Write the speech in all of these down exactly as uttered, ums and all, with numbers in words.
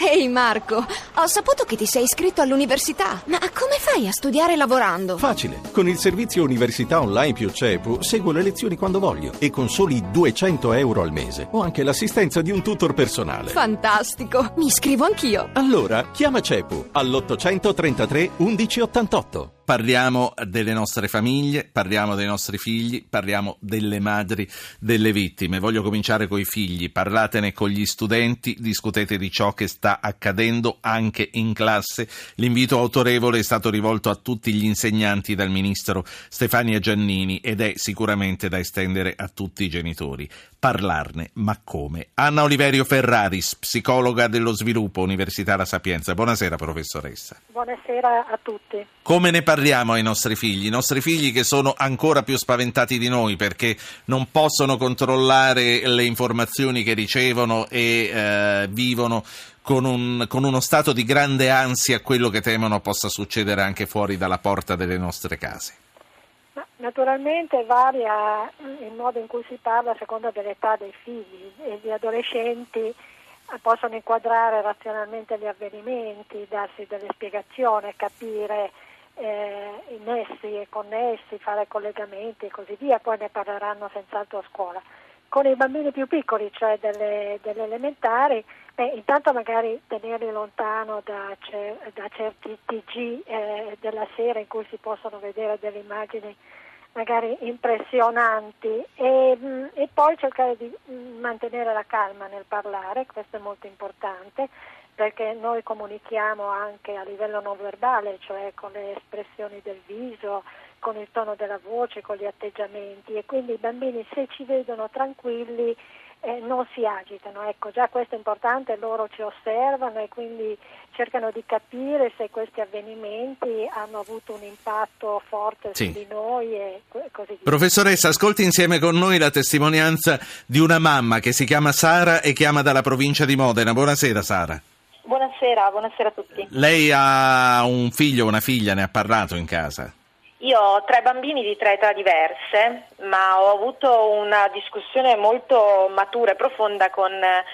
Ehi Marco, ho saputo che ti sei iscritto all'università. Ma come fai a studiare lavorando? Facile, con il servizio Università Online più CEPU seguo le lezioni quando voglio e con soli duecento euro al mese ho anche l'assistenza di un tutor personale. Fantastico, mi iscrivo anch'io. Allora chiama CEPU all'ottocentotrentatré undici ottantotto. Parliamo delle nostre famiglie, parliamo dei nostri figli, parliamo delle madri delle vittime. Voglio cominciare coi figli, parlatene con gli studenti, discutete di ciò che sta accadendo anche in classe. L'invito autorevole è stato rivolto a tutti gli insegnanti dal ministro Stefania Giannini ed è sicuramente da estendere a tutti i genitori. Parlarne, ma come? Anna Oliverio Ferraris, psicologa dello sviluppo, Università La Sapienza. Buonasera professoressa. Buonasera a tutti. Come ne parliamo ai nostri figli? I nostri figli che sono ancora più spaventati di noi perché non possono controllare le informazioni che ricevono e eh, vivono con, un, con uno stato di grande ansia a quello che temono possa succedere anche fuori dalla porta delle nostre case. Ma naturalmente varia il modo in cui si parla a seconda dell'età dei figli e gli adolescenti possono inquadrare razionalmente gli avvenimenti, darsi delle spiegazioni, capire eh, i nessi e connessi, fare collegamenti e così via, poi ne parleranno senz'altro a scuola. Con i bambini più piccoli, cioè delle, delle elementari, beh, intanto magari tenerli lontano da, cer- da certi T G eh, della sera in cui si possono vedere delle immagini magari impressionanti e, mh, e poi cercare di mh, mantenere la calma nel parlare, questo è molto importante perché noi comunichiamo anche a livello non verbale, cioè con le espressioni del viso, con il tono della voce, con gli atteggiamenti e quindi i bambini se ci vedono tranquilli eh, non si agitano, ecco già questo è importante, loro ci osservano e quindi cercano di capire se questi avvenimenti hanno avuto un impatto forte sì. su di noi e così via. Professoressa, ascolti insieme con noi la testimonianza di una mamma che si chiama Sara e chiama dalla provincia di Modena. Buonasera Sara. Buonasera, buonasera a tutti. Lei ha un figlio o una figlia, ne ha parlato in casa? Io ho tre bambini di tre età diverse, ma ho avuto una discussione molto matura e profonda con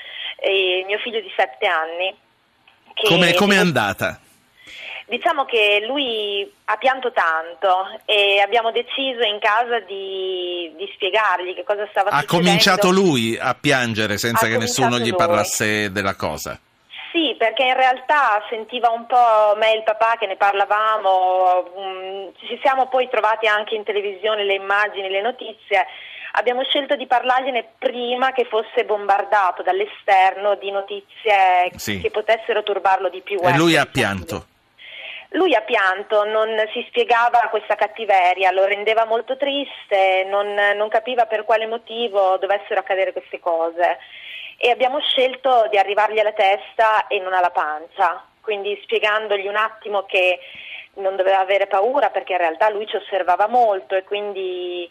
eh, mio figlio di sette anni. Che come come è andata? Diciamo che lui ha pianto tanto e abbiamo deciso in casa di, di spiegargli che cosa stava ha succedendo. Ha cominciato lui a piangere senza ha che nessuno gli lui. parlasse della cosa? Sì, perché in realtà sentiva un po' me e il papà che ne parlavamo, um, ci siamo poi trovati anche in televisione le immagini, le notizie, abbiamo scelto di parlargliene prima che fosse bombardato dall'esterno di notizie sì. che potessero turbarlo di più. E ecco, lui ha diciamo. pianto? Lui ha pianto, non si spiegava questa cattiveria, lo rendeva molto triste, non, non capiva per quale motivo dovessero accadere queste cose. E abbiamo scelto di arrivargli alla testa e non alla pancia, quindi spiegandogli un attimo che non doveva avere paura perché in realtà lui ci osservava molto e quindi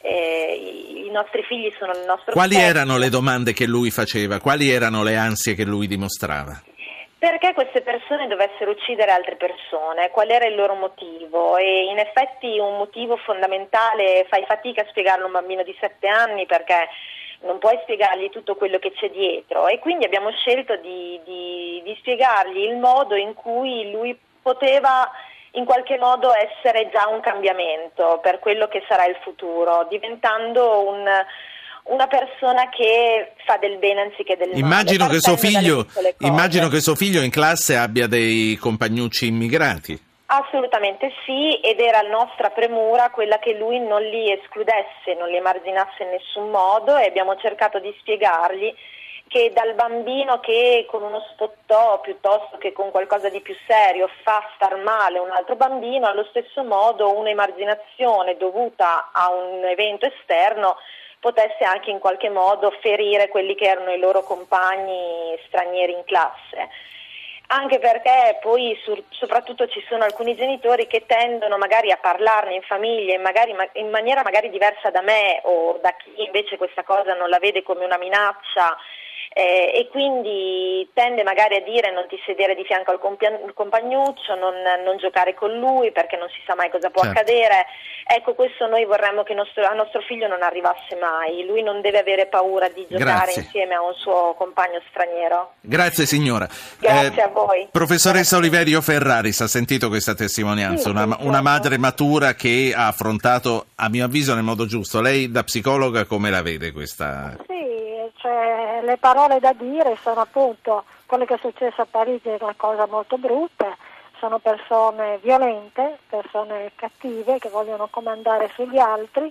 eh, i nostri figli sono il nostro Quali specchio. erano le domande che lui faceva? Quali erano le ansie che lui dimostrava? Perché queste persone dovessero uccidere altre persone? Qual era il loro motivo? E in effetti un motivo fondamentale, fai fatica a spiegarlo a un bambino di sette anni perché non puoi spiegargli tutto quello che c'è dietro e quindi abbiamo scelto di, di, di spiegargli il modo in cui lui poteva in qualche modo essere già un cambiamento per quello che sarà il futuro, diventando un, una persona che fa del bene anziché del male. Immagino che suo figlio, immagino che suo figlio in classe abbia dei compagnucci immigrati. Assolutamente sì, ed era nostra premura quella che lui non li escludesse, non li emarginasse in nessun modo e abbiamo cercato di spiegargli che dal bambino che con uno spottò piuttosto che con qualcosa di più serio fa star male un altro bambino, allo stesso modo un'emarginazione dovuta a un evento esterno potesse anche in qualche modo ferire quelli che erano i loro compagni stranieri in classe. Anche perché poi sur, soprattutto ci sono alcuni genitori che tendono magari a parlarne in famiglia in, magari, in maniera magari diversa da me o da chi invece questa cosa non la vede come una minaccia eh, e quindi tende magari a dire non ti sedere di fianco al compia- compagnuccio, non, non giocare con lui perché non si sa mai cosa può certo. accadere. Ecco, questo noi vorremmo che nostro, a nostro figlio non arrivasse mai, lui non deve avere paura di giocare Grazie. insieme a un suo compagno straniero. Grazie signora. Grazie a voi. Professoressa Oliverio Ferraris, ha sentito questa testimonianza, Sì, una, sì, una certo. madre matura che ha affrontato, a mio avviso, nel modo giusto. Lei da psicologa come la vede questa? Sì, cioè, le parole da dire sono appunto quello che è successo a Parigi, è una cosa molto brutta, sono persone violente, persone cattive che vogliono comandare sugli altri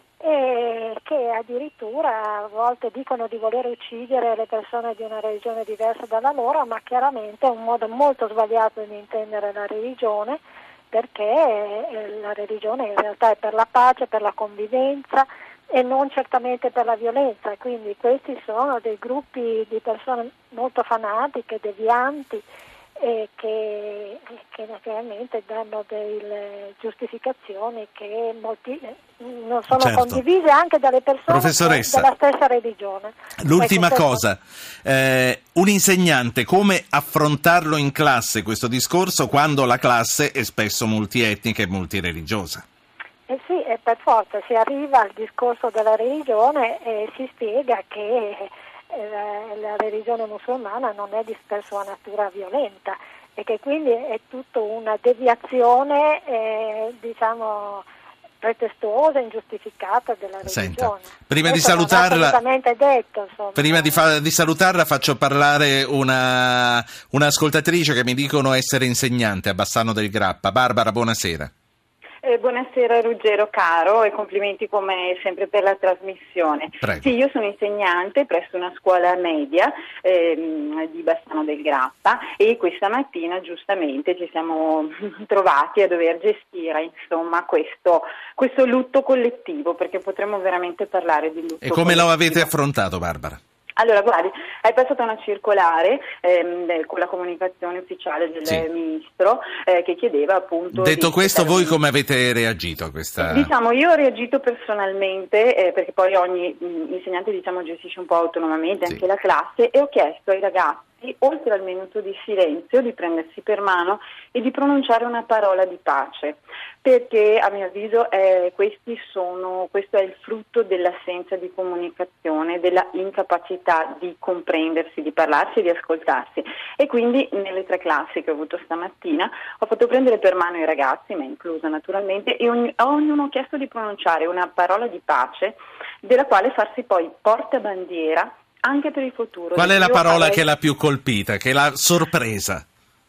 e che addirittura a volte dicono di voler uccidere le persone di una religione diversa dalla loro, ma chiaramente è un modo molto sbagliato di intendere la religione, perché la religione in realtà è per la pace, per la convivenza e non certamente per la violenza, quindi questi sono dei gruppi di persone molto fanatiche, devianti e che, che naturalmente danno delle giustificazioni che molti non sono Certo. condivise anche dalle persone Professoressa, della stessa religione. L'ultima Ecco, cosa, eh, un insegnante, come affrontarlo in classe questo discorso quando la classe è spesso multietnica e multireligiosa? Eh sì, e per forza si arriva al discorso della religione e si spiega che eh, la religione musulmana non è di per sua natura violenta e che quindi è tutta una deviazione eh, diciamo pretestuosa, ingiustificata della religione. Senta, prima di Questo non va salutarla, assolutamente detto, insomma. prima di, fa- di salutarla faccio parlare una, un'ascoltatrice che mi dicono essere insegnante a Bassano del Grappa. Barbara, buonasera. Eh, buonasera Ruggero caro e complimenti come sempre per la trasmissione. Prego. Sì, io sono insegnante presso una scuola media ehm, di Bassano del Grappa e questa mattina giustamente ci siamo trovati a dover gestire insomma questo, questo lutto collettivo, perché potremmo veramente parlare di lutto E come collettivo. lo avete affrontato, Barbara? Allora, guardi, è passata una circolare ehm, con la comunicazione ufficiale del Sì. ministro eh, che chiedeva appunto... Detto di questo, voi termini. come avete reagito a questa... Diciamo, io ho reagito personalmente, eh, perché poi ogni mh, insegnante diciamo gestisce un po' autonomamente Sì. anche la classe, e ho chiesto ai ragazzi, oltre al minuto di silenzio, di prendersi per mano e di pronunciare una parola di pace, perché a mio avviso eh, questi sono, questo è il frutto dell'assenza di comunicazione, della incapacità di comprendersi, di parlarsi e di ascoltarsi. E quindi nelle tre classi che ho avuto stamattina ho fatto prendere per mano i ragazzi, me inclusa naturalmente, e ogni, a ognuno ho chiesto di pronunciare una parola di pace della quale farsi poi portabandiera anche per il futuro. Qual è la Io parola avrei... che l'ha più colpita, che l'ha sorpresa?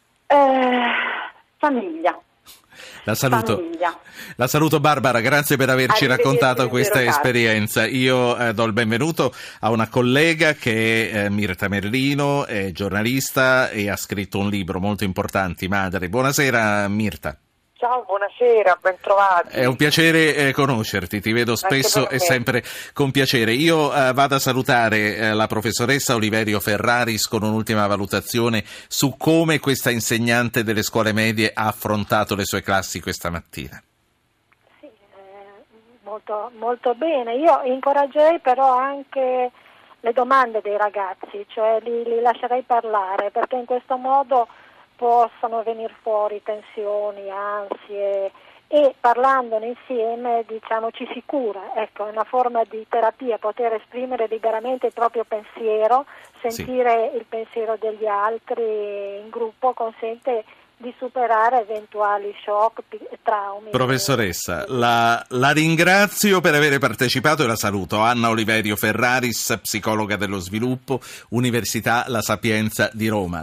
Eh, famiglia. La saluto. Famiglia. La saluto Barbara, grazie per averci Arrivederci, raccontato questa Ruggero caro. esperienza. Io eh, do il benvenuto a una collega che è eh, Mirta Merlino, è giornalista e ha scritto un libro molto importante, Madre. Buonasera Mirta. Ciao, buonasera, bentrovati. È un piacere eh, conoscerti, ti vedo spesso per e me. sempre con piacere. Io eh, vado a salutare eh, la professoressa Oliverio Ferraris con un'ultima valutazione su come questa insegnante delle scuole medie ha affrontato le sue classi questa mattina. Sì, eh, molto, molto bene. Io incoraggerei però anche le domande dei ragazzi, cioè li, li lascerei parlare, perché in questo modo possono venire fuori tensioni, ansie e parlandone insieme diciamo ci si cura, ecco, è una forma di terapia, poter esprimere liberamente il proprio pensiero, sentire sì. il pensiero degli altri in gruppo consente di superare eventuali shock e traumi. Professoressa, la, la ringrazio per aver partecipato e la saluto. Anna Oliverio Ferraris, psicologa dello sviluppo, Università La Sapienza di Roma.